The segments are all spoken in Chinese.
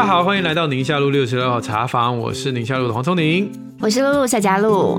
家好，欢迎来到宁夏路66号茶坊，我是宁夏路的黄聪宁， 我是露露夏嘉露。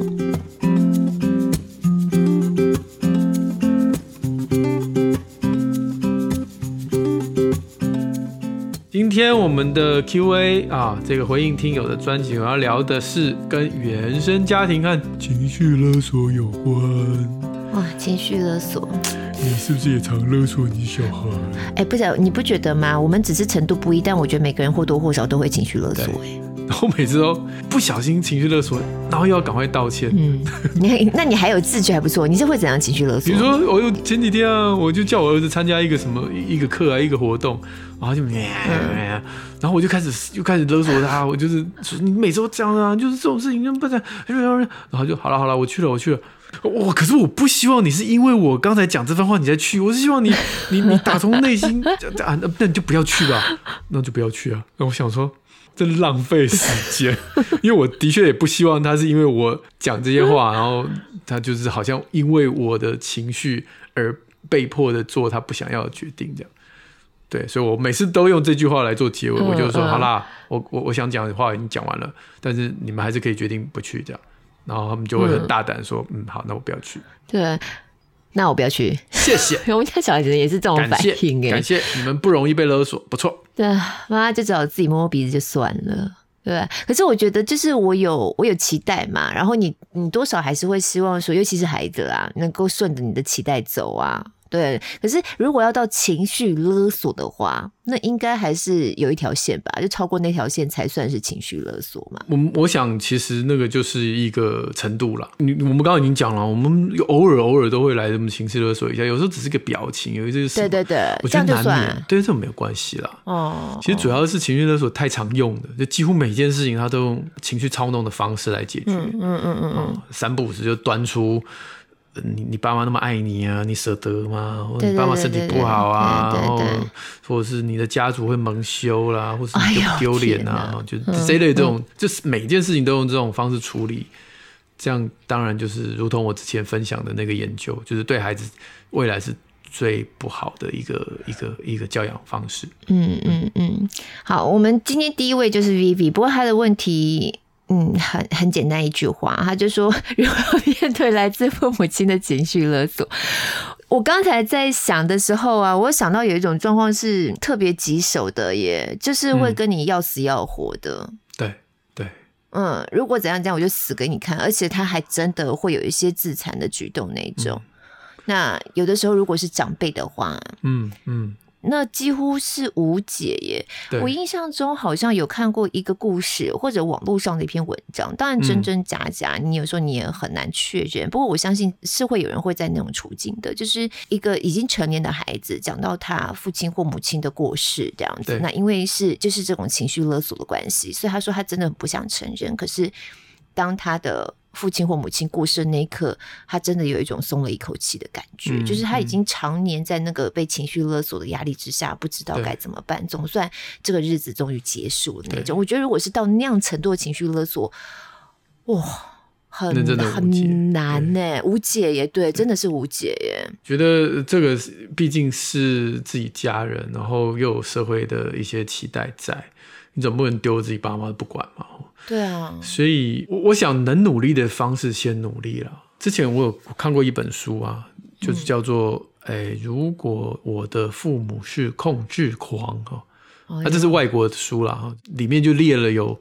今天我们的 Q&A 啊，这个回应听友的专辑，我要聊的是跟原生家庭和情绪勒索有关。 哇，情绪勒索， 你是不是也常勒索你小孩？ 哎，不是，你不觉得吗？我们只是程度不一，但我觉得每个人或多或少都会情绪勒索。 然后每次都不小心情绪勒索，然后又要赶快道歉。 那你还有自觉还不错。你是会怎样情绪勒索？ 比如说，我前几天啊，我就叫我儿子参加一个什么一个课啊，一个活动，然后就然后我就开始勒索他，我就是说你每次都这样啊，就是这种事情就不这样，然后就好了，我去了。可是我不希望你是因为我刚才讲这番话你再去，我是希望你打从内心啊，那你就不要去吧，那就不要去啊。那我想说，真浪费时间，因为我的确也不希望他是因为我讲这些话，然后他就是好像因为我的情绪而被迫的做他不想要的决定这样。对，所以我每次都用这句话来做结尾，我就说好啦，我想讲的话已经讲完了，但是你们还是可以决定不去这样。然后他们就会很大胆说好，那我不要去。 对，那我不要去，谢谢。我们家小孩子也是这种反应， 感谢你们不容易被勒索，不错。 对，妈妈就只好自己摸摸鼻子就算了，对。可是我觉得就是我有期待嘛，然后你多少还是会希望说，尤其是孩子啦，能够顺着你的期待走啊。对，可是如果要到情绪勒索的话，那应该还是有一条线吧，就超过那条线才算是情绪勒索嘛。 我想其实那个就是一个程度啦。我们刚刚已经讲了，我们偶尔都会来这么情绪勒索一下，有时候只是个表情，有一些事， 对， 我觉得难免，对，这种没有关系啦。其实主要是情绪勒索太常用的，就几乎每件事情他都用情绪操弄的方式来解决。三不五时就端出。你爸妈那么爱你啊，你舍得吗？或者你爸妈身体不好啊，然后或者是你的家族会蒙羞啦，或是你丢脸啊，就这一类这种，就是每件事情都用这种方式处理，这样当然就是如同我之前分享的那个研究，就是对孩子未来是最不好的一个教养方式。 好，我们今天第一位就是 Vivi， 不过他的问题。很简单一句话，他就说如何面对来自父母亲的情绪勒索。我刚才在想的时候啊，我想到有一种状况是特别棘手的耶，就是会跟你要死要活的。 对， 如果怎样我就死给你看，而且他还真的会有一些自残的举动那一种。那有的时候如果是长辈的话，那几乎是无解耶。我印象中好像有看过一个故事，或者网络上的一篇文章，当然真真假假，你有时候你也很难确认。不过我相信是会有人会在那种处境的，就是一个已经成年的孩子讲到他父亲或母亲的过世这样子，那因为就是这种情绪勒索的关系，所以他说他真的很不想承认，可是当他的父亲或母亲过世的那一刻，他真的有一种松了一口气的感觉，就是他已经常年在那个被情绪勒索的压力之下，不知道该怎么办，总算这个日子终于结束了那种。我觉得如果是到那样程度的情绪勒索，哇，很难耶，无解耶，对，真的是无解耶。 觉得这个毕竟是自己家人，然后又有社会的一些期待在，你总不能丢自己爸妈不管嘛。 对啊， 所以我想能努力的方式先努力了。之前我有看过一本书啊，就是叫做如果我的父母是控制狂，那这是外国的书啦，里面就列了有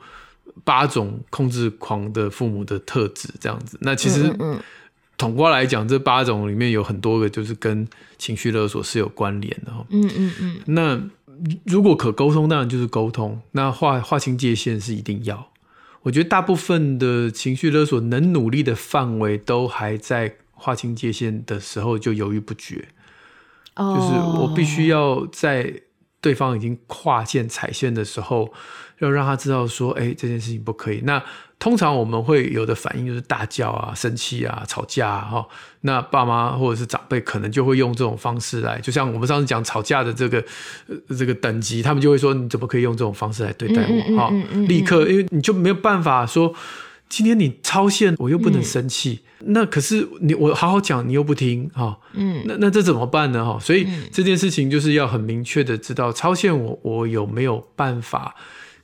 8种控制狂的父母的特质这样子。那其实统括来讲，这8种里面有很多个就是跟情绪勒索是有关联的。那如果可沟通，当然就是沟通，那划清界限是一定要。我觉得大部分的情绪勒索能努力的范围都还在划清界限的时候就犹豫不决。就是我必须要在对方已经跨线踩线的时候，要让他知道说这件事情不可以。那通常我们会有的反应就是大叫啊、生气啊、吵架啊。那爸妈或者是长辈可能就会用这种方式来，就像我们上次讲吵架的这个等级，他们就会说你怎么可以用这种方式来对待我？立刻，因为你就没有办法说今天你超线，我又不能生气。那可是我好好讲，你又不听那这怎么办呢？所以这件事情就是要很明确的知道超线我有没有办法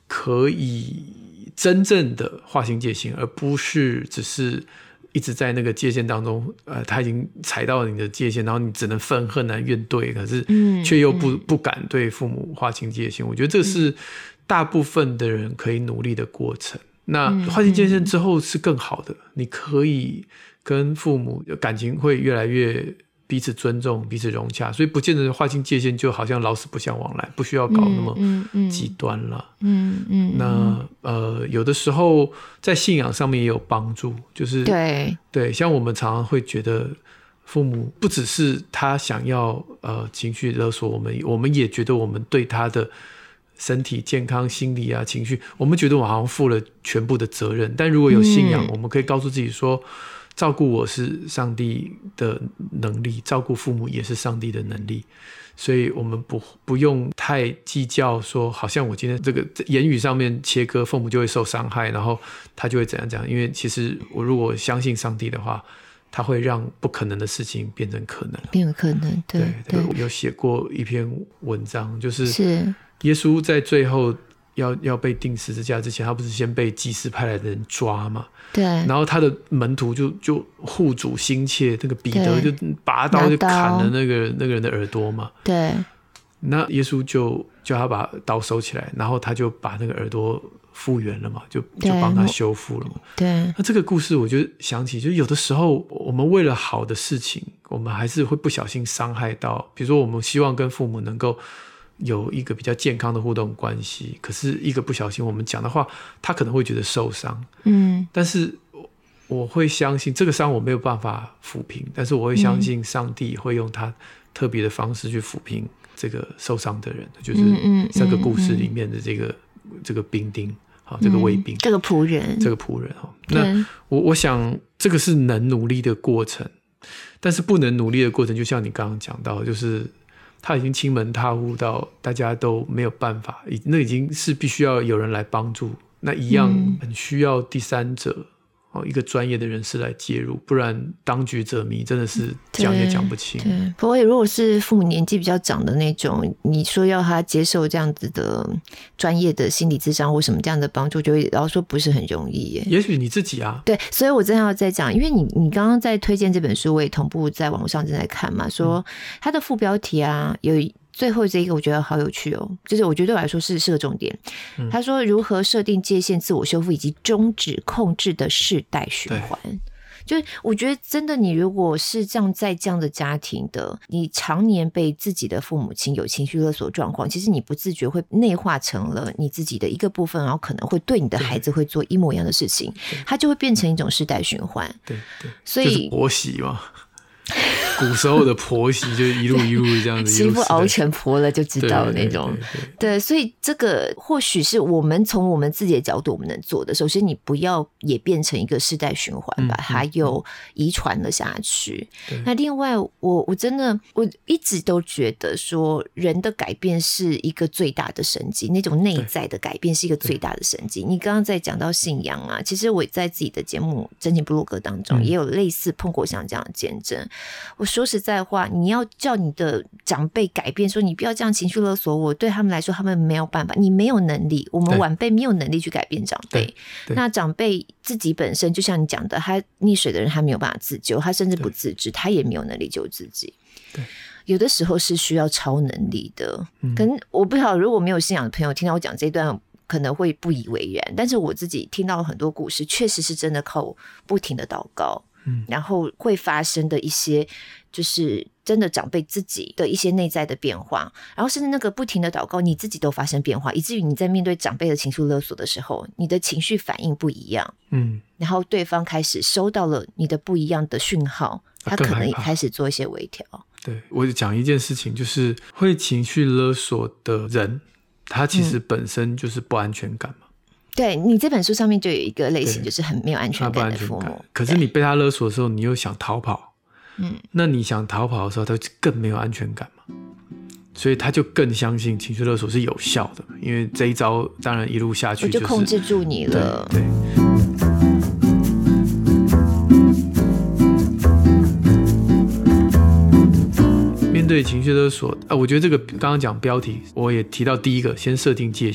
可以真正的划清界限，而不是只是一直在那个界限当中，他已经踩到你的界限，然后你只能愤恨啊怨怼，可是却又不敢对父母划清界限。我觉得这是大部分的人可以努力的过程。那划清界限之后是更好的，你可以跟父母感情会越来越彼此尊重、彼此融洽，所以不见得划清界限就好像老死不相往来，不需要搞那么极端了。那有的时候在信仰上面也有帮助，就是对，像我们常常会觉得父母不只是他想要情绪勒索我们也觉得我们对他的身体健康、心理啊、情绪，我们觉得我好像负了全部的责任。但如果有信仰，我们可以告诉自己说，照顾我是上帝的能力，照顾父母也是上帝的能力，所以我们不用太计较说，好像我今天这个言语上面切割，父母就会受伤害，然后他就会怎样怎样。因为其实我如果相信上帝的话，他会让不可能的事情变成可能， 变成可能。对， 我有写过一篇文章，就是耶稣在最后要被钉十字架之前，他不是先被祭司派来的人抓嘛？ 对。 然后他的门徒就护主心切，那个彼得就拔刀就砍了那个人的耳朵嘛。对。那耶稣就叫他把刀收起来，然后他就把那个耳朵复原了嘛，就帮他修复了嘛。对。那这个故事我就想起，就有的时候我们为了好的事情，我们还是会不小心伤害到，比如说我们希望跟父母能够有一个比较健康的互动关系，可是一个不小心我们讲的话，他可能会觉得受伤。但是我会相信这个伤我没有办法抚平，但是我会相信上帝会用他特别的方式去抚平这个受伤的人，就是这个故事里面的这个兵丁，这个卫兵， 这个仆人。 那我想这个是能努力的过程，但是不能努力的过程，就像你刚刚讲到，就是他已经亲门踏户到大家都没有办法，那已经是必须要有人来帮助，那一样很需要第三者，一个专业的人士来介入，不然当局者迷，真的是讲也讲不清。 对，不过如果是父母年纪比较长的那种，你说要他接受这样子的专业的心理咨商或什么这样的帮助，就会然后说不是很容易耶。 也许你自己啊， 对，所以我真的要再讲，因为你刚刚在推荐这本书，我也同步在网络上正在看嘛，说它的副标题啊有。最后这一个我觉得好有趣哦，就是我觉得对我来说是个重点。他说如何设定界限、自我修复以及终止控制的世代循环。就是我觉得真的，你如果是这样在这样的家庭的，你常年被自己的父母亲有情绪勒索状况，其实你不自觉会内化成了你自己的一个部分，然后可能会对你的孩子会做一模一样的事情，它就会变成一种世代循环。 对，所以就是婆媳嘛。古时候的婆媳就一路这样子， 媳妇熬成婆了就知道那种。对，所以这个或许是我们从我们自己的角度我们能做的。首先你不要也变成一个世代循环，把它又遗传了下去。那另外我真的我一直都觉得说人的改变是一个最大的神迹，那种内在的改变是一个最大的神迹。你刚刚在讲到信仰啊，其实我在自己的节目真情部落格当中也有类似碰过像这样的见证。我说实在话，你要叫你的长辈改变，说你不要这样情绪勒索我，对他们来说他们没有办法，你没有能力，我们晚辈没有能力去改变长辈。那长辈自己本身就像你讲的，他溺水的人他没有办法自救，他甚至不自知，他也没有能力救自己。对，有的时候是需要超能力的。可能我不晓得，如果没有信仰的朋友听到我讲这一段可能会不以为然，但是我自己听到了很多故事，确实是真的靠不停的祷告，然后会发生的一些就是真的长辈自己的一些内在的变化，然后甚至那个不停的祷告你自己都发生变化，以至于你在面对长辈的情绪勒索的时候，你的情绪反应不一样，然后对方开始收到了你的不一样的讯号，他可能也开始做一些微调。 对，我讲一件事情，就是会情绪勒索的人，他其实本身就是不安全感嘛。 对，你这本书上面就有一个类型，就是很没有安全感的父母。 可是你被他勒索的时候，你又想逃跑，那你想逃跑的时候，他就更没有安全感嘛，所以他就更相信情绪勒索是有效的，因为这一招当然一路下去就控制住你了。 对。面对情绪勒索，我觉得这个刚刚讲标题，我也提到第一个，先设定界限嘛。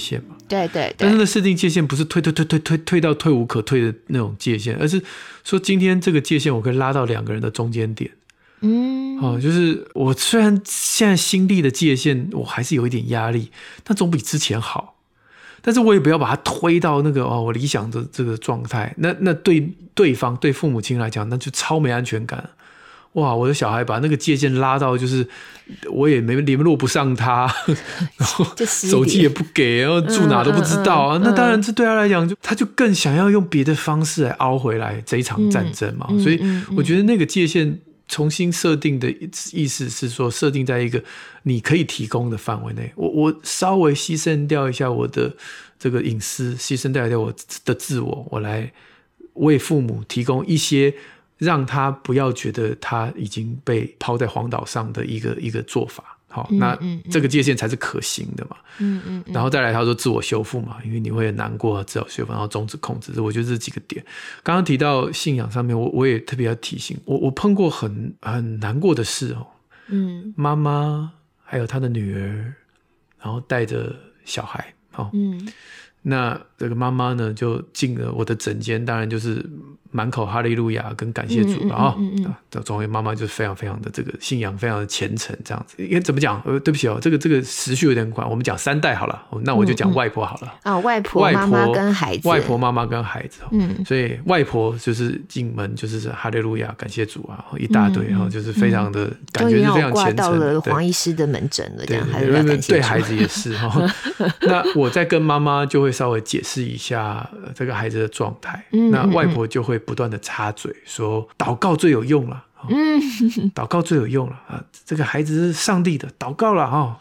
对对对。 但是呢，设定界限不是退到退无可退的那种界限，而是说今天这个界限我可以拉到两个人的中间点。就是我虽然现在心力的界限我还是有一点压力，但总比之前好。但是我也不要把它推到那个我理想的这个状态，那对方对父母亲来讲，那就超没安全感。哇，我的小孩把那个界限拉到，就是我也没联络不上他，然后手机也不给，然后住哪都不知道那当然这对他来讲，他就更想要用别的方式来凹回来这一场战争嘛。所以我觉得那个界限重新设定的意思是说，设定在一个你可以提供的范围内，我稍微牺牲掉一下我的这个隐私，牺牲掉一下我的自我，我来为父母提供一些让他不要觉得他已经被抛在荒岛上的一个做法。好，那这个界限才是可行的嘛。然后再来他说自我修复嘛，因为你会很难过，自我修复，然后终止控制，我觉得这几个点。刚刚提到信仰上面，我也特别要提醒，我碰过很难过的事妈妈还有她的女儿，然后带着小孩那这个妈妈呢就进了我的诊间，当然就是满口哈利路亚跟感谢主总之妈妈就非常非常的这个信仰非常的虔诚这样子。因为怎么讲对不起这个时序有点快，我们讲3代好了，那我就讲外婆好了。 外婆妈妈跟孩子， 外婆妈妈跟孩子所以外婆就是进门就是哈利路亚感谢主一大堆就是非常的感觉是非常虔诚的。 到了黄医师的门诊了，这样哈利路亚感谢主。 对孩子也是那我在跟妈妈就会稍微解释一下这个孩子的状态，那外婆就会不断的插嘴说祷告最有用了祷告最有用了这个孩子是上帝的，祷告了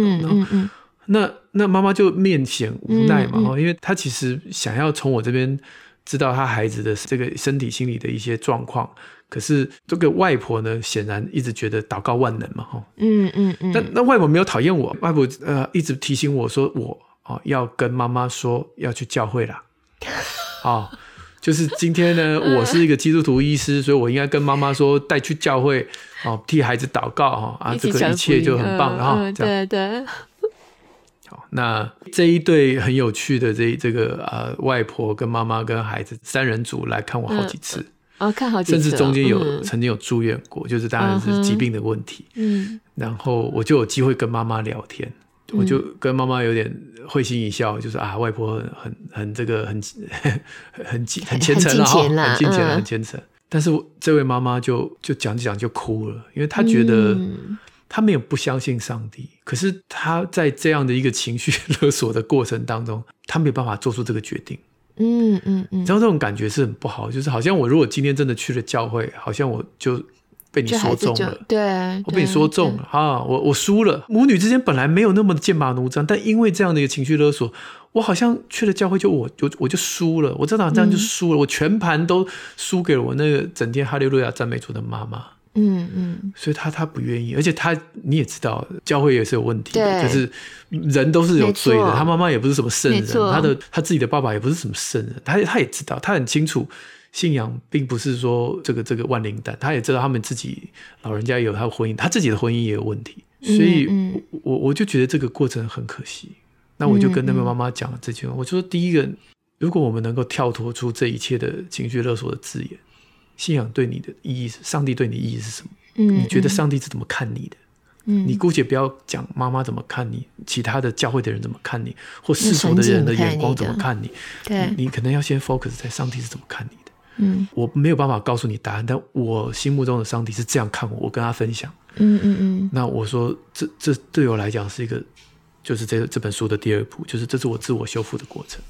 那妈妈就面显无奈嘛因为她其实想要从我这边知道她孩子的这个身体心理的一些状况，可是这个外婆呢显然一直觉得祷告万能嘛那外婆没有讨厌我，外婆一直提醒我说我要跟妈妈说要去教会啦就是今天呢我是一个基督徒医师，所以我应该跟妈妈说带去教会替孩子祷告这个一切就很棒对好，那这一对很有趣的这个外婆跟妈妈跟孩子3人组来看我好几次看好几次甚至中间曾经有住院过就是当然是疾病的问题然后我就有机会跟妈妈聊天我就跟妈妈有点会心一笑，就是外婆很这个很虔诚很敬虔很虔诚但是这位妈妈就讲就哭了，因为她觉得她没有不相信上帝可是她在这样的一个情绪勒索的过程当中，她没有办法做出这个决定你知道这种感觉是很不好，就是好像我如果今天真的去了教会，好像我就被你说中了， 对， 我被你说中了我输了。母女之间本来没有那么的剑拔弩张，但因为这样的一个情绪勒索，我好像去了教会我就输了，我这场仗就输了，我全盘都输给了我那个整天哈利路亚赞美主的妈妈。所以他不愿意，而且你也知道教会也是有问题的，就是人都是有罪的，他妈妈也不是什么圣人，他自己的爸爸也不是什么圣人，他也知道，他很清楚信仰并不是说这个万灵丹，他也知道他们自己老人家也有他的婚姻，他自己的婚姻也有问题，所以我就觉得这个过程很可惜。那我就跟那个妈妈讲了这句话，我说第一个，如果我们能够跳脱出这一切的情绪勒索的字眼，信仰对你的意义，上帝对你的意义是什么？你觉得上帝是怎么看你的？你姑且不要讲妈妈怎么看你，其他的教会的人怎么看你，或世俗的人的眼光怎么看你，你可能要先 focus 在上帝是怎么看你的。我没有办法告诉你答案，但我心目中的上帝是这样看我跟他分享。那我说这对我来讲是一个，就是这本书的第2步，就是这是我自我修复的过程。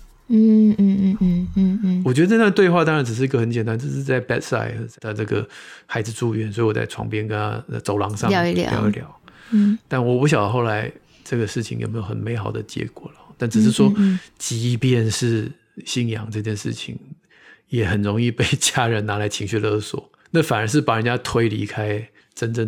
我觉得那对话当然只是一个很简单，这是在 bedside， 在这个孩子住院，所以我在床边跟他走廊上聊一聊。但我不晓得后来这个事情有没有很美好的结果了。但只是说，即便是信仰这件事情，也很容易被家人拿来情绪勒索，那反而是把人家推离开真正的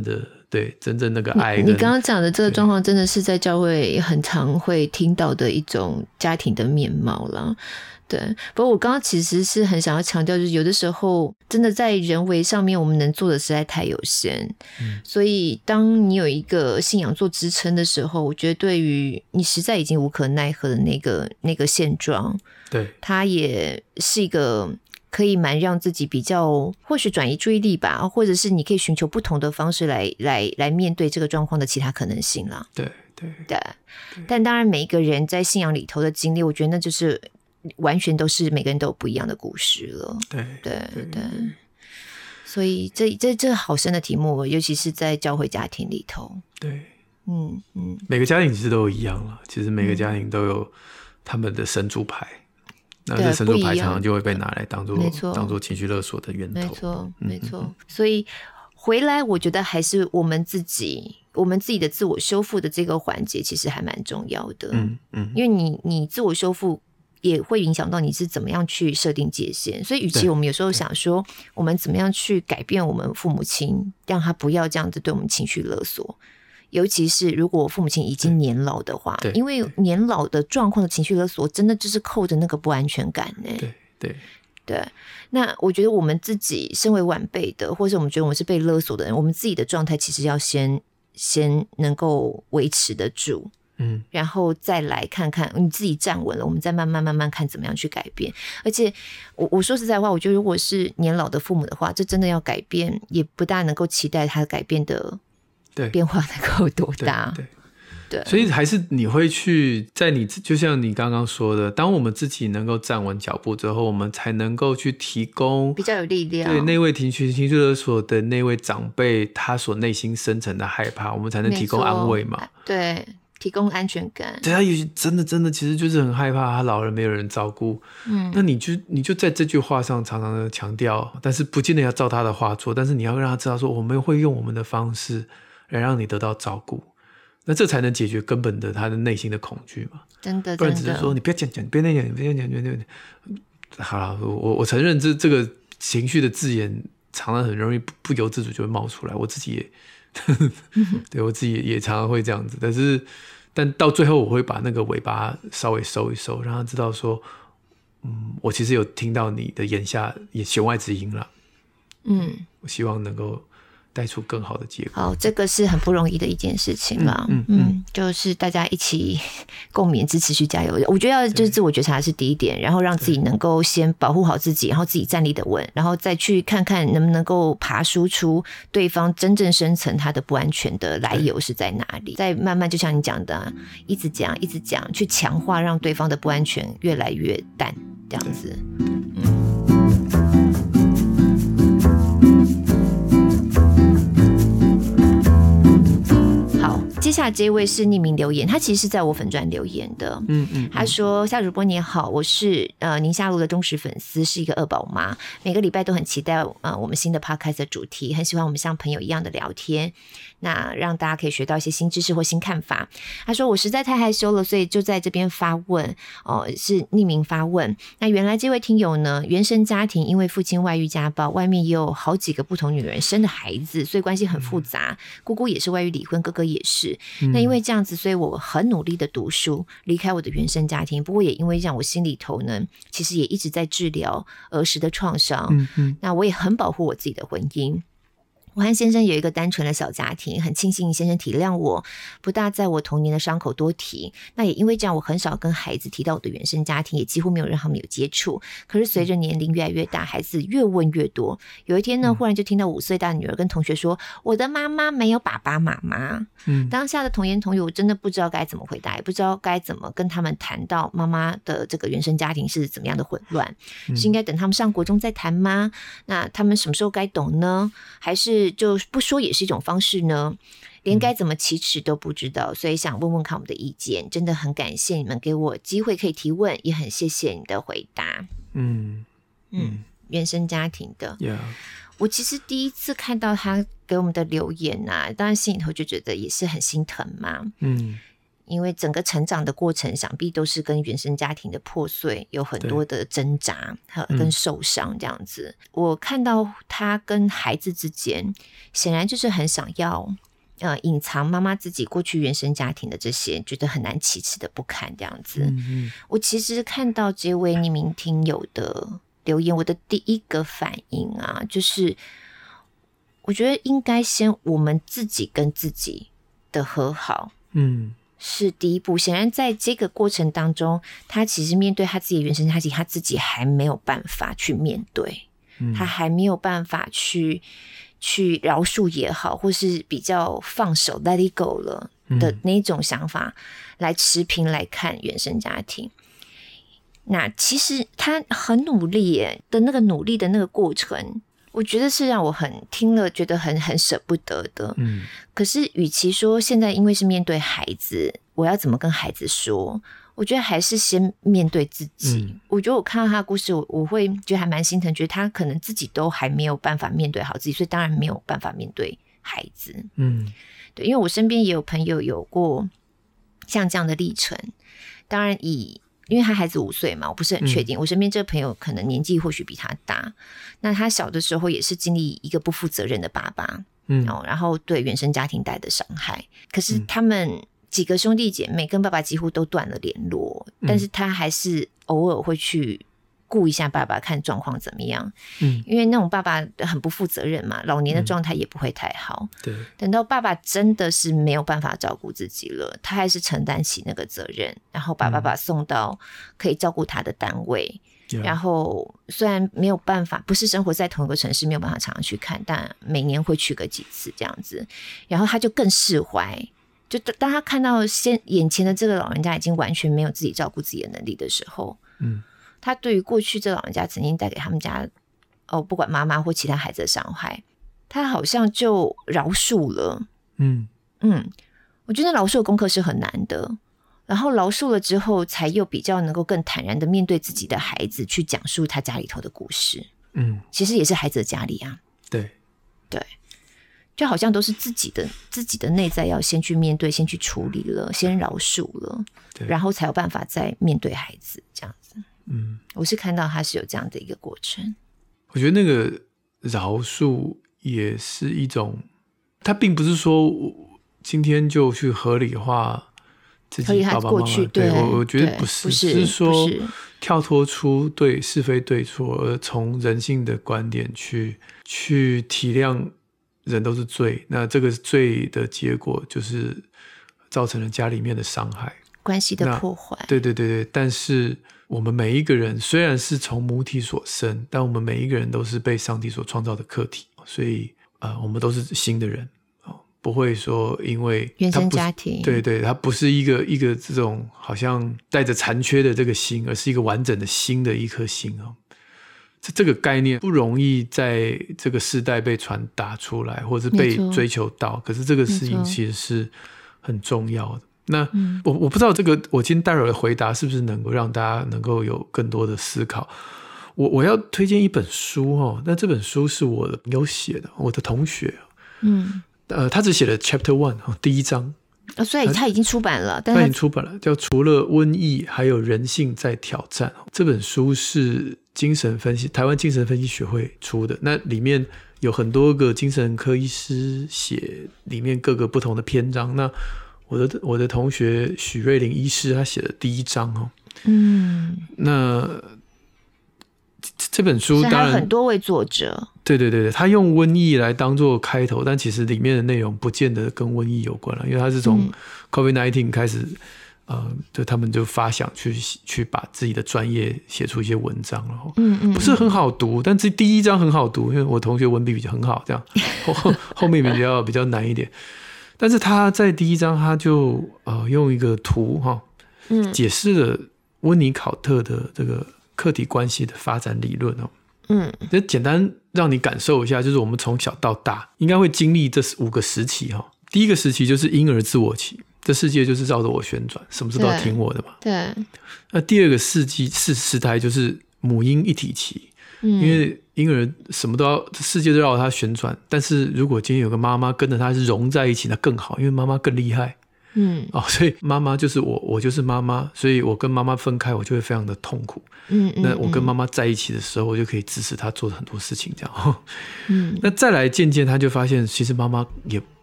对，真正那个爱你刚刚讲的这个状况真的是在教会很常会听到的一种家庭的面貌啦。对，不过我刚刚其实是很想要强调，就是有的时候真的在人为上面我们能做的实在太有限，所以当你有一个信仰做支撑的时候，我觉得对于你实在已经无可奈何的那个现状， 对， 它也是一个可以蛮让自己比较或许转移注意力吧，或者是你可以寻求不同的方式来面对这个状况的其他可能性啦。 对对对，但当然每一个人在信仰里头的经历，我觉得那就是完全都是每个人都有不一样的故事了。 对对对，所以这好深的题目，尤其是在教会家庭里头。 对，每个家庭其实都一样了，其实每个家庭都有他们的神主牌。那这神主牌常常就会被拿来当做情绪勒索的源头。 没错，没错。所以回来，我觉得还是我们自己的自我修复的这个环节，其实还蛮重要的。因为你自我修复也会影响到你是怎么样去设定界限。所以，与其我们有时候想说，我们怎么样去改变我们父母亲，让他不要这样子对我们情绪勒索。尤其是如果父母亲已经年老的话，因为年老的状况的情绪勒索，真的就是扣着那个不安全感呢。对，那我觉得我们自己身为晚辈的，或者我们觉得我们是被勒索的人，我们自己的状态其实要先能够维持得住，然后再来看看你自己站稳了，我们再慢慢看怎么样去改变。而且我说实在话，我觉得如果是年老的父母的话，这真的要改变，也不大能够期待他改变的变化能够多大。对， 所以还是你会去在你就像你刚刚说的，当我们自己能够站稳脚步之后，我们才能够去提供比较有力量， 对那位情绪勒索的那位长辈他所内心深层的害怕，我们才能提供安慰嘛。 对，提供安全感。 对，他也许真的其实就是很害怕他老人没有人照顾。那你就在这句话上常常的强调，但是不见得要照他的话做，但是你要让他知道说，我们会用我们的方式来让你得到照顾。那这才能解决根本的他的内心的恐惧嘛？ 真的， 不然只是说你不要讲，你不要那样，你不要讲。好了，我承认这个情绪的字眼常常很容易不由自主就会冒出来，我自己也对我自己也常常会这样子。但到最后我会把那个尾巴稍微收一收，让他知道说，我其实有听到你的言下也弦外之音了。我希望能够带出更好的结果。 好，这个是很不容易的一件事情啦。就是大家一起共勉支持去加油。我觉得就是自我觉察是第一点，然后让自己能够先保护好自己，然后自己站立的稳，然后再去看看能不能够爬梳出对方真正深层他的不安全的来由是在哪里，再慢慢就像你讲的，一直讲，去强化，让对方的不安全越来越淡，这样子。接下来这一位是匿名留言，他其实是在我粉专留言的。他说：夏主播你好，我是宁夏路的忠实粉丝，是一个二宝妈，每个礼拜都很期待我们新的 podcast 的主题，很喜欢我们像朋友一样的聊天，那让大家可以学到一些新知识或新看法。他说我实在太害羞了，所以就在这边发问是匿名发问。那原来这位听友呢，原生家庭因为父亲外遇家暴，外面也有好几个不同女人生的孩子，所以关系很复杂，姑姑也是外遇离婚，哥哥也是。那因为这样子，所以我很努力的读书，离开我的原生家庭。不过也因为这样，我心里头呢，其实也一直在治疗儿时的创伤。那我也很保护我自己的婚姻。我和先生有一个单纯的小家庭，很庆幸先生体谅我，不大在我童年的伤口多提。那也因为这样，我很少跟孩子提到我的原生家庭，也几乎没有让他们有接触。可是随着年龄越来越大，孩子越问越多。有一天呢，忽然就听到5岁大的女儿跟同学说，我的妈妈没有爸爸妈妈。当下的童言童语，我真的不知道该怎么回答，也不知道该怎么跟他们谈到妈妈的这个原生家庭是怎么样的混乱。是应该等他们上国中再谈吗？那他们什么时候该懂呢？还是就不说也是一种方式呢？连该怎么启齿都不知道，所以想问问看我们的意见。真的很感谢你们给我机会可以提问，也很谢谢你的回答。原生家庭的，我其实第一次看到他给我们的留言啊，当然心里头就觉得也是很心疼嘛。因为整个成长的过程想必都是跟原生家庭的破碎有很多的挣扎跟受伤这样子。我看到他跟孩子之间显然就是很想要隐藏妈妈自己过去原生家庭的这些，觉得很难启齿的不堪这样子。我其实看到这位匿名听友的留言，我的第一个反应啊，就是我觉得应该先我们自己跟自己的和好，是第一步。显然在这个过程当中，他其实面对他自己的原生家庭，他自己还没有办法去面对，他还没有办法去饶恕也好，或是比较放手 let it go 了的那种想法来持平来看原生家庭。那其实他很努力耶的那个努力的那个过程，我觉得是让我听了觉得很舍不得的。可是与其说现在因为是面对孩子，我要怎么跟孩子说，我觉得还是先面对自己。我觉得我看到他的故事，我会觉得还蛮心疼，觉得他可能自己都还没有办法面对好自己，所以当然没有办法面对孩子。对，因为我身边也有朋友有过像这样的历程。当然因为他孩子5岁嘛，我不是很确定。我身边这个朋友可能年纪或许比他大，那他小的时候也是经历一个不负责任的爸爸，然后对原生家庭带的伤害。可是他们几个兄弟姐妹跟爸爸几乎都断了联络，但是他还是偶尔会去顾一下爸爸，看状况怎么样。因为那种爸爸很不负责任嘛，老年的状态也不会太好。对，等到爸爸真的是没有办法照顾自己了，他还是承担起那个责任，然后把爸爸送到可以照顾他的单位。然后虽然没有办法，不是生活在同一个城市，没有办法常常去看，但每年会去个几次这样子。然后他就更释怀，就当他看到眼前的这个老人家已经完全没有自己照顾自己的能力的时候，他对于过去这老人家曾经带给他们家不管妈妈或其他孩子的伤害，他好像就饶恕了。我觉得饶恕的功课是很难的，然后饶恕了之后，才又比较能够更坦然的面对自己的孩子，去讲述他家里头的故事。其实也是孩子的家里啊。对，就好像都是自己的内在要先去面对，先去处理了，先饶恕了，然后才有办法再面对孩子这样子。我是看到他是有这样的一个过程。 我觉得那个饶恕也是一种，他并不是说今天就去合理化自己爸爸妈妈。对，我觉得不是，是说跳脱出对是非对错，而从人性的观点去体谅人都是罪，那这个罪的结果就是造成了家里面的伤害， 关系的破坏。 对，但是我们每一个人虽然是从母体所生，但我们每一个人都是被上帝所创造的客体，所以我们都是新的人，不会说因为原生家庭， 对，它不是一个这种好像带着残缺的这个心，而是一个完整的新的一颗心。这个概念不容易在这个世代被传达出来，或是被追求到，可是这个事情其实是很重要的。那我不知道这个我今天待会儿的回答是不是能够让大家能够有更多的思考。我要推荐一本书那这本书是我的朋友写的，我的同学。他只写了 Chapter 1第一章。 所以他已经出版了， 他已经出版了，叫《除了瘟疫还有人性在挑战》。这本书是台湾精神分析学会出的，那里面有很多个精神科医师写里面各个不同的篇章。那我的同学许瑞麟医师他写的第一章那这本书当然是很多位作者， 对，他用瘟疫来当做开头，但其实里面的内容不见得跟瘟疫有关了，因为他是从 COVID-19 开始，就他们就发想去把自己的专业写出一些文章了，不是很好读，但这第一章很好读，因为我同学文笔比较很好，这样后面比较难一点。但是他在第一章他就用一个图解释了温尼考特的这个客体关系的发展理论就简单让你感受一下，就是我们从小到大应该会经历这5个时期第一个时期就是婴儿自我期，这世界就是绕着我旋转，什么事都要听我的嘛。 对。 那第二个时代就是母婴一体期，因为婴儿什么都要，世界都绕着他旋转，但是如果今天有个妈妈跟着他是融在一起，那更好，因为妈妈更厉害。所以妈妈就是我就是妈妈，所以我跟妈妈分开我就会非常的痛苦。那我跟妈妈在一起的时候，我就可以支持她做很多事情这样。那再来渐渐他就发现其实妈妈也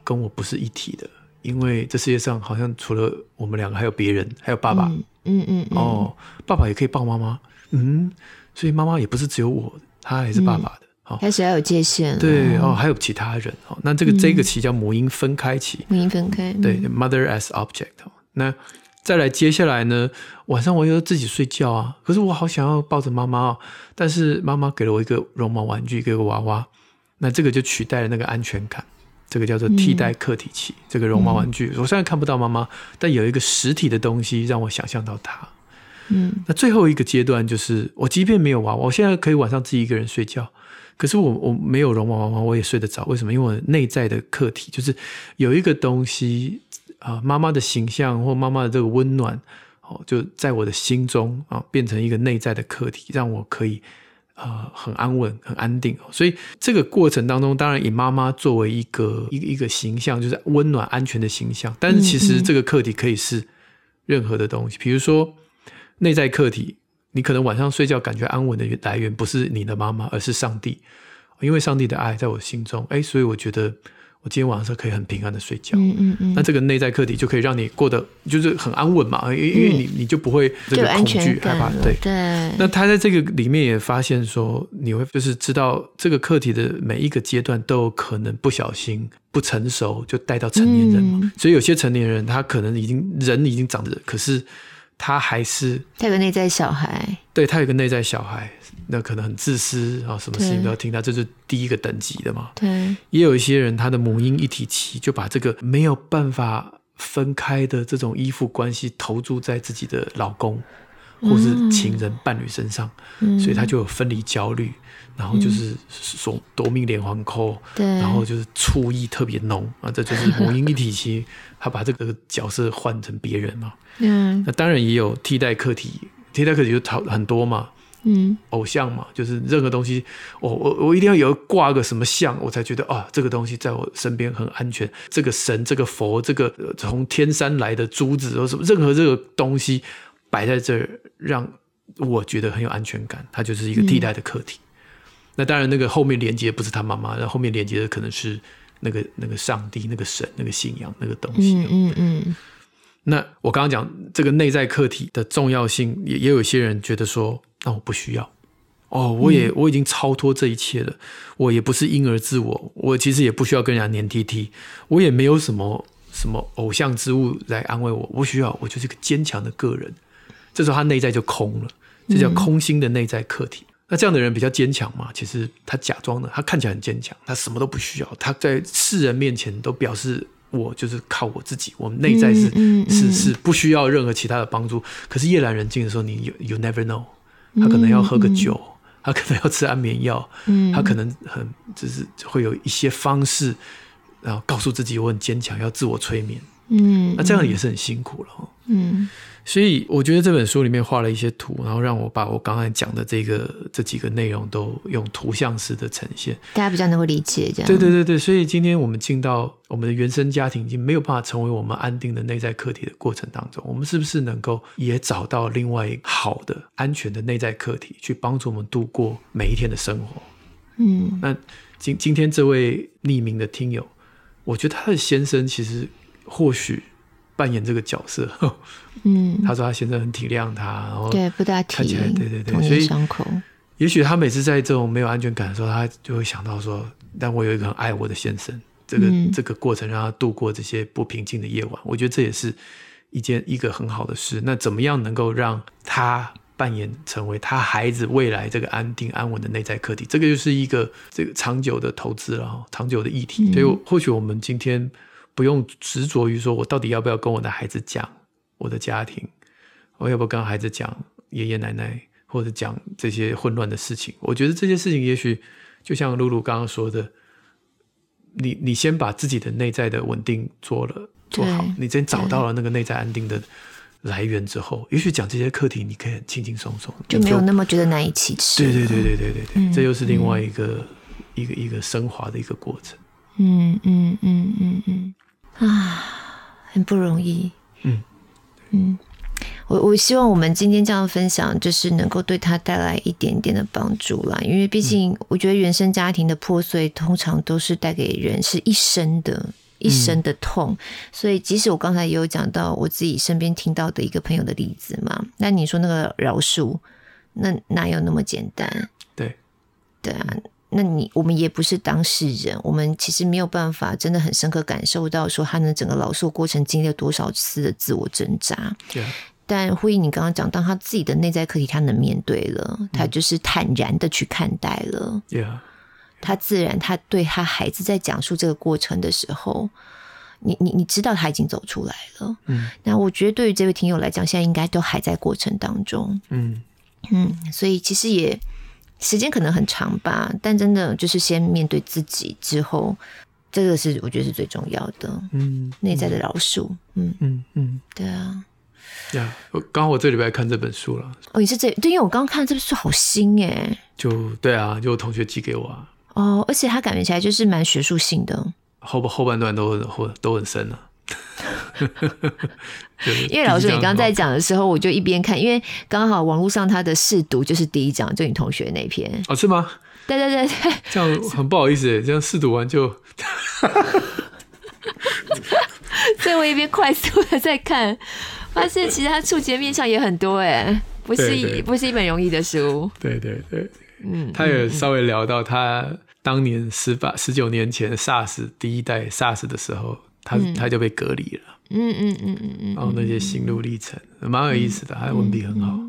跟我不是一体的，因为这世界上好像除了我们两个还有别人，还有爸爸。爸爸也可以抱妈妈。所以妈妈也不是只有我，她还是爸爸的。 开始要有界限了。 对还有其他人。那这个期叫母婴分开期。 母婴分开。 对 ，mother as object。那再来接下来呢，晚上我又自己睡觉啊，可是我好想要抱着妈妈但是妈妈给了我一个绒毛玩具，给个娃娃，那这个就取代了那个安全感，这个叫做替代客体期。这个绒毛玩具我虽然看不到妈妈，但有一个实体的东西让我想象到她。那最后一个阶段就是我即便没有娃娃，我现在可以晚上自己一个人睡觉，可是我没有绒毛娃娃我也睡得着。为什么？因为我内在的客体就是有一个东西妈妈的形象或妈妈的这个温暖就在我的心中变成一个内在的客体，让我可以很安稳很安定。所以这个过程当中，当然以妈妈作为一个形象，就是温暖安全的形象，但是其实这个客体可以是任何的东西。比如说内在客体，你可能晚上睡觉感觉安稳的来源不是你的妈妈，而是上帝。因为上帝的爱在我心中所以我觉得我今天晚上可以很平安的睡觉。那这个内在客体就可以让你过得就是很安稳嘛，因为你就不会这个恐惧害怕。对。那他在这个里面也发现说，你会就是知道这个客体的每一个阶段都有可能不小心不成熟就带到成年人所以有些成年人他可能人已经长着，可是他还是他有个内在小孩。 对，他有个内在小孩，那可能很自私什么事情都要听他，这就是第一个等级的嘛。 对， 也有一些人他的母婴一体期就把这个没有办法分开的这种依附关系投注在自己的老公或是情人伴侣身上所以他就有分离焦虑，然后就是说夺命连环扣然后就是醋意特别浓这就是母婴一体期他把这个角色换成别人嘛。那当然也有替代客体，替代客体就很多嘛。偶像嘛，就是任何东西我一定要挂个什么像我才觉得这个东西在我身边很安全，这个神这个佛这个从天山来的珠子或什么任何这个东西摆在这儿让我觉得很有安全感，它就是一个替代的客体。那当然那个后面连接不是他妈妈，那后面连接的可能是那个上帝那个神那个信仰那个东西。那我刚刚讲这个内在客体的重要性，也有一些人觉得说我不需要我已经超脱这一切了，我也不是婴儿自我其实也不需要跟人家黏 TT， 我也没有什么偶像之物来安慰我，不需要，我就是一个坚强的个人。这时候他内在就空了，这叫空心的内在客体。那这样的人比较坚强嘛，其实他假装的，他看起来很坚强，他什么都不需要，他在世人面前都表示我就是靠我自己，我们内在是不需要任何其他的帮助。可是夜阑人静的时候，你 you never know， 他可能要喝个酒，他可能要吃安眠药，他可能就是会有一些方式，然后告诉自己我很坚强，要自我催眠。那这样也是很辛苦了。所以我觉得这本书里面画了一些图，然后让我把我刚才讲的这几个内容都用图像式的呈现， 大家比较能够理解这样。 对，所以今天我们进到我们的原生家庭已经没有办法成为我们安定的内在客体的过程当中，我们是不是能够也找到另外一个好的安全的内在客体去帮助我们度过每一天的生活。那今天这位匿名的听友，我觉得他的先生其实或许扮演这个角色。他说他先生很体谅他，然后对不大看起来对， 童年伤口。 也许他每次在这种没有安全感的时候，他就会想到说，但我有一个很爱我的先生，这个过程让他度过这些不平静的夜晚，我觉得这也是一个很好的事。那怎么样能够让他扮演成为他孩子未来这个安定安稳的内在客体，这个就是一个这个长久的投资了，长久的议题。所以或许我们今天不用执着于说我到底要不要跟我的孩子讲我的家庭，我要不要跟孩子讲爷爷奶奶，或者讲这些混乱的事情。我觉得这些事情也许就像露露刚刚说的，你先把自己的内在的稳定做好，你先找到了那个内在安定的来源之后，也许讲这些课题你可以很轻轻松松， 就没有那么觉得难以启齿。 对，这又是另外一个升华的一个过程。 很不容易。我希望我们今天这样分享，就是能够对他带来一点点的帮助啦。因为毕竟我觉得原生家庭的破碎通常都是带给人是一生的一生的痛，所以即使我刚才也有讲到我自己身边听到的一个朋友的例子嘛，那你说那个饶恕，那哪有那么简单？对啊，那我们也不是当事人，我们其实没有办法真的很深刻感受到说他的整个饶恕过程经历了多少次的自我挣扎。但呼应你刚刚讲，当他自己的内在课题他能面对了，他就是坦然的去看待了。他自然，他对他孩子在讲述这个过程的时候，你知道他已经走出来了。那我觉得对于这位听友来讲，现在应该都还在过程当中。所以其实也时间可能很长吧，但真的就是先面对自己之后，这个是我觉得是最重要的。内在的饶恕。对啊。 刚好我这礼拜看这本书了。 你是对，因为我刚刚看这本书好新耶。 对啊，就我同学寄给我啊。 而且它感觉起来就是蛮学术性的，后半段都很深啊。 因为老师你刚刚在讲的时候，我就一边看，因为刚好网络上他的试读就是第一章，就你同学那篇。 是吗？ 对， 这样很不好意思耶，这样试读完就所以我一边快速的在看，发现其实他触及的面向也很多耶，不是一本容易的书。对， 他也稍微聊到他当年19年前 SARS 第一代 SARS 的时候，他就被隔离了。然后那些心路历程蛮有意思的，他的文笔很好。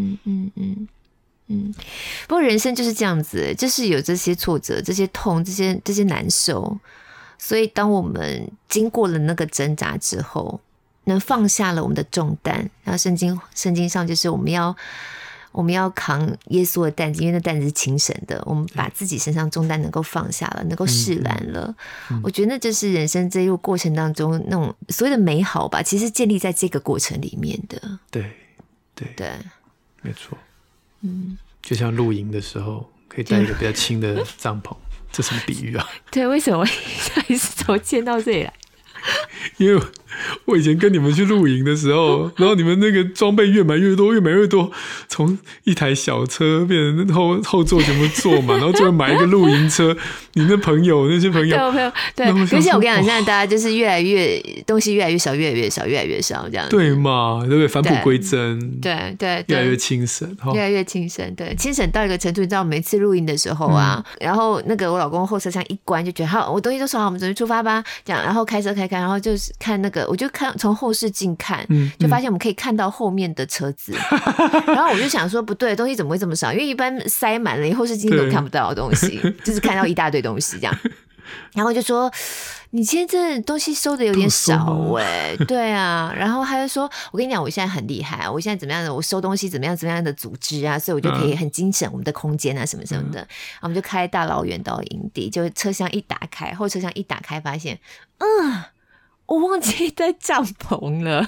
不过人生就是这样子，就是有这些挫折、这些痛、这些难受，所以当我们经过了那个挣扎之后，能放下了我们的重担。然后圣经上就是我们要扛耶稣的担子，因为那担子是轻省的。我们把自己身上重担能够放下了，能够释然了。我觉得那就是人生这一路过程当中那种所谓的美好吧，其实建立在这个过程里面的。对， 没错。就像露营的时候，可以带一个比较轻的帐篷，这什么比喻啊？ 对，为什么一直从见到这里来？ 因为我以前跟你们去露营的时候，然后你们那个装备越买越多，从一台小车变成后座全部坐满，然后最后买一个露营车。你那些朋友，对我朋友， 对，可是我跟你讲，现在大家就是东西越来越少，越来越少，这样子。 对嘛，对不对？返璞归真， 对， 越来越轻省， 越来越轻省，对，轻省到一个程度，你知道，每次露营的时候啊，然后那个我老公后车厢一关，就觉得好，我东西都收好，我们准备出发吧，这样，然后开车开，然后就是看那个，我就看从后视镜看，就发现我们可以看到后面的车子，然后我就想说不对，东西怎么会这么少？因为一般塞满了，后视镜都看不到的东西，就是看到一大堆东西这样。然后就说你今天这东西收的有点少对啊。然后他就说我跟你讲，我现在很厉害，我现在怎么样的，我收东西怎么样的组织啊，所以我就可以很精省我们的空间啊什么什么的。然后我们就开大老远到营地，就车厢一打开，后车厢一打开，发现我忘记带帐篷了。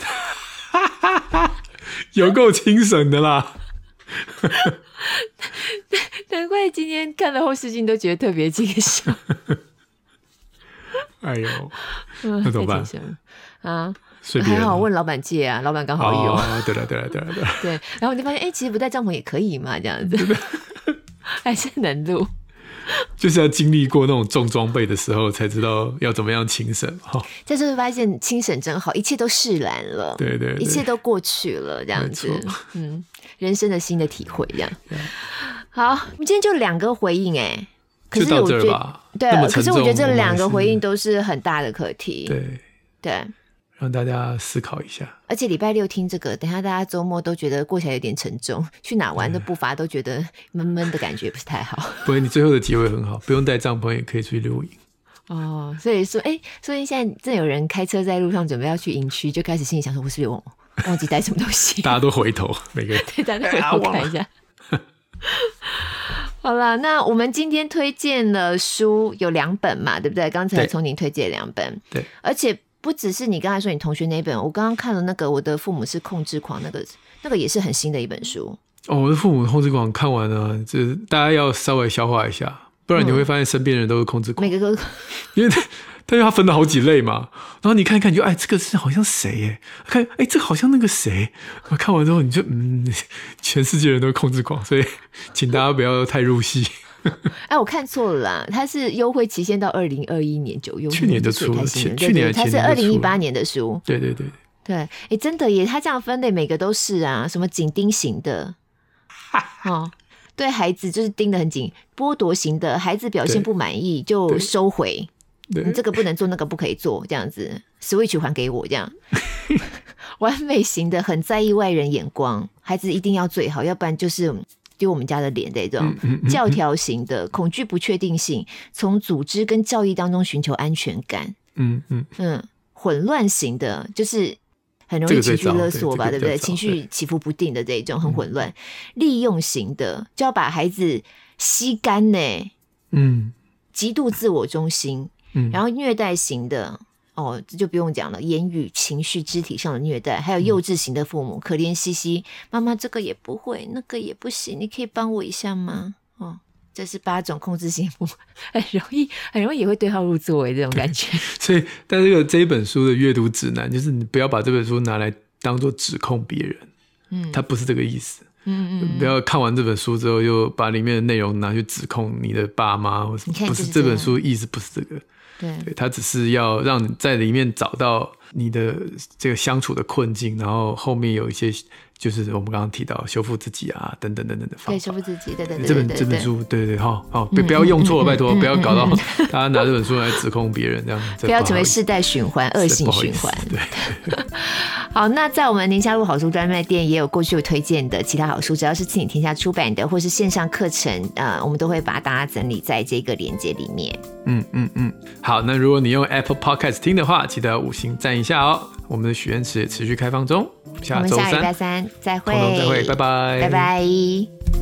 有够轻省的啦。 难怪今天看了后视镜都觉得特别轻省。 哎呦，那怎么办啊？ 还好问老板借啊，老板刚好有。 对了。 对，然后你就发现，其实不带帐篷也可以嘛，这样子，还是能录。 就是要经历过那种重装备的时候，才知道要怎么样轻省。 这就是发现轻省真好，一切都释然了， 对， 一切都过去了，这样子，人生的新的体会，这样。好，我们今天就2个回应，可是我觉得，对，可是我觉得这2个回应都是很大的课题，对， 让大家思考一下。 而且礼拜6听这个，等一下大家周末都觉得过起来有点沉重，去哪玩的步伐都觉得闷闷的感觉，不是太好。 不会，你最后的结尾很好，不用带帐篷也可以出去露营。 所以说，所以现在正有人开车在路上准备要去营区，就开始心里想说，我是不是忘记带什么东西？ 大家都回头，每个人对，大家都回头看一下。好了，那我们今天推荐了书有2本嘛，对不对？刚才从您推荐2本， 对，而且不只是你刚才说你同学那本，我刚刚看了那个我的父母是控制狂，那个也是很新的一本书。 我的父母控制狂看完了，就是大家要稍微消化一下，不然你会发现身边人都是控制狂， 每个都因为他分了好几类嘛，然后你看一看，你就这个是好像谁耶？看这个好像那个谁。看完之后你就全世界人都是控制狂，所以请大家不要太入戏。 哎，我看错了啦，它是优惠期限到2021年9月， 去年就出了，去年它是2018年的书。 对对对对，哎，真的耶，它这样分类每个都是啊，什么紧盯型的，哦，对孩子就是盯得很紧；剥夺型的，孩子表现不满意就收回，你这个不能做，那个不可以做，这样子 ，Switch 还给我这样。完美型的很在意外人眼光，孩子一定要最好，要不然就是丢我们家的脸这种。教条型的恐惧不确定性，从组织跟教义当中寻求安全感。混乱型的就是很容易情绪勒索吧，对不对？情绪起伏不定的这种很混乱。利用型的就要把孩子吸干呢，极度自我中心。然后虐待型的。哦，这就不用讲了，言语、情绪、肢体上的虐待，还有幼稚型的父母，可怜兮兮，妈妈这个也不会，那个也不行，你可以帮我一下吗？哦，这是8种控制性父母，很容易也会对号入座这种感觉。 所以，但这一本书的阅读指南，就是你不要把这本书拿来当作指控别人，它不是这个意思。不要看完这本书之后，又把里面的内容拿去指控你的爸妈或什么，不是这本书意思不是这个。对，他只是要让你在里面找到你的这个相处的困境，然后后面有一些就是我们刚刚提到修复自己啊等等的方法。 对，修复自己，对。 这本书，对，好，不要用错了，拜托，不要搞到大家拿这本书来指控别人这样， 不要成为世代循环、恶性循环。 对。 好，那在我们宁夏路好书专卖店也有过去有推荐的其他好书，只要是亲子天下出版的，或是线上课程，我们都会把大家整理在这个连结里面。 好，那如果你用 Apple Podcast 听的话，记得要5星赞一下哦。我们的许愿池也持续开放中， 我们下礼拜3再会， 拜拜， 拜拜。